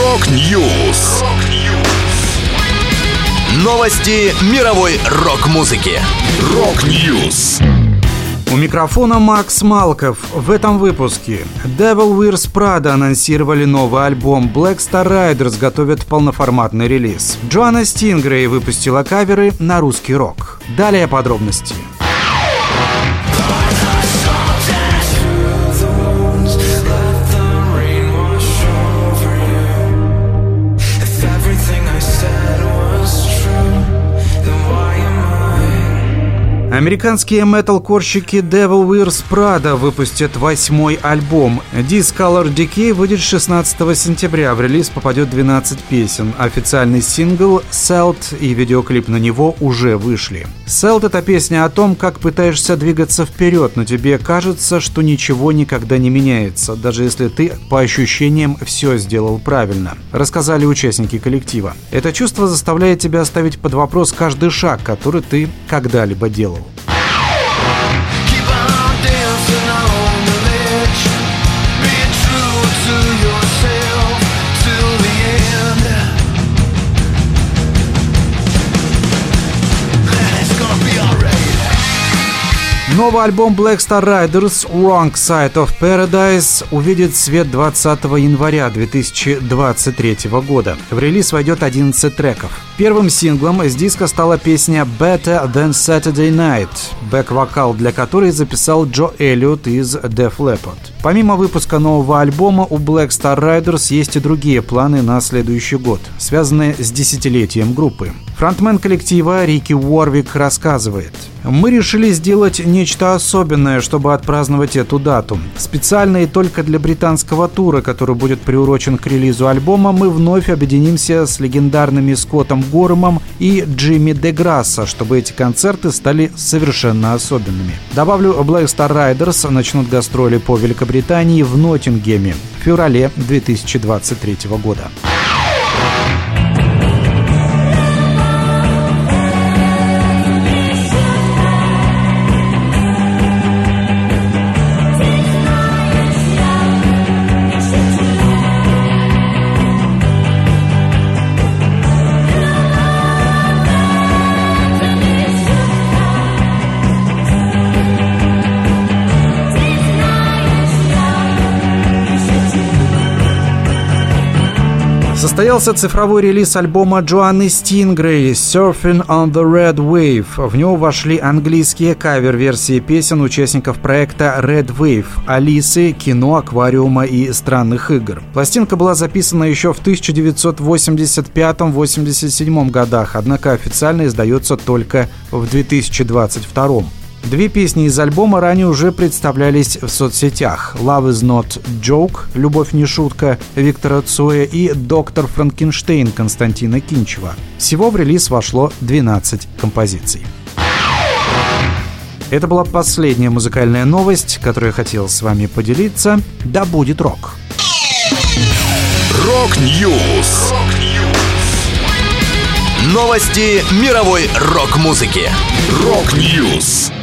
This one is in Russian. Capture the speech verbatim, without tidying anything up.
Рок-Ньюс. Новости мировой рок-музыки. Рок-Ньюс. У микрофона Макс Малков. В этом выпуске Devil Wears Prada анонсировали новый альбом, Black Star Riders готовят полноформатный релиз. Джоанна Стингрей выпустила каверы на русский рок. Далее подробности. Американские металкорщики Devil Wears Prada выпустят восьмой альбом. Discolor Decay выйдет шестнадцатого сентября. В релиз попадет двенадцать песен. Официальный сингл Selt и видеоклип на него уже вышли. Selt — это песня о том, как пытаешься двигаться вперед, но тебе кажется, что ничего никогда не меняется, даже если ты, по ощущениям, все сделал правильно, рассказали участники коллектива. Это чувство заставляет тебя ставить под вопрос каждый шаг, который ты когда-либо делал. Новый альбом Black Star Riders Wrong Side of Paradise увидит свет двадцатого января две тысячи двадцать третьего года. В релиз войдет одиннадцать треков. Первым синглом с диска стала песня Better Than Saturday Night, бэк-вокал для которой записал Джо Эллиот из Def Leppard. Помимо выпуска нового альбома, у Black Star Riders есть и другие планы на следующий год, связанные с десятилетием группы. Фронтмен коллектива Рики Уорвик рассказывает: «Мы решили сделать нечто особенное, чтобы отпраздновать эту дату. Специально и только для британского тура, который будет приурочен к релизу альбома, мы вновь объединимся с легендарными Скоттом Гормом и Джимми Деграсса, чтобы эти концерты стали совершенно особенными». Добавлю, Black Star Riders начнут гастроли по Великобритании в Ноттингеме в феврале две тысячи двадцать третьего года. Состоялся цифровой релиз альбома Джоанны Стингрей «Surfing on the Red Wave». В него вошли английские кавер-версии песен участников проекта Red Wave, Алисы, кино, аквариума и странных игр. Пластинка была записана еще в тысяча девятьсот восемьдесят пятом — восемьдесят седьмом годах, однако официально издается только в две тысячи двадцать втором. Две песни из альбома ранее уже представлялись в соцсетях: «Love is not joke» — «Любовь не шутка» Виктора Цоя и «Доктор Франкенштейн» Константина Кинчева. Всего в релиз вошло двенадцать композиций. Это была последняя музыкальная новость, которую я хотел с вами поделиться. Да будет рок! Рок-Ньюс. Новости мировой рок-музыки. Рок-Ньюс.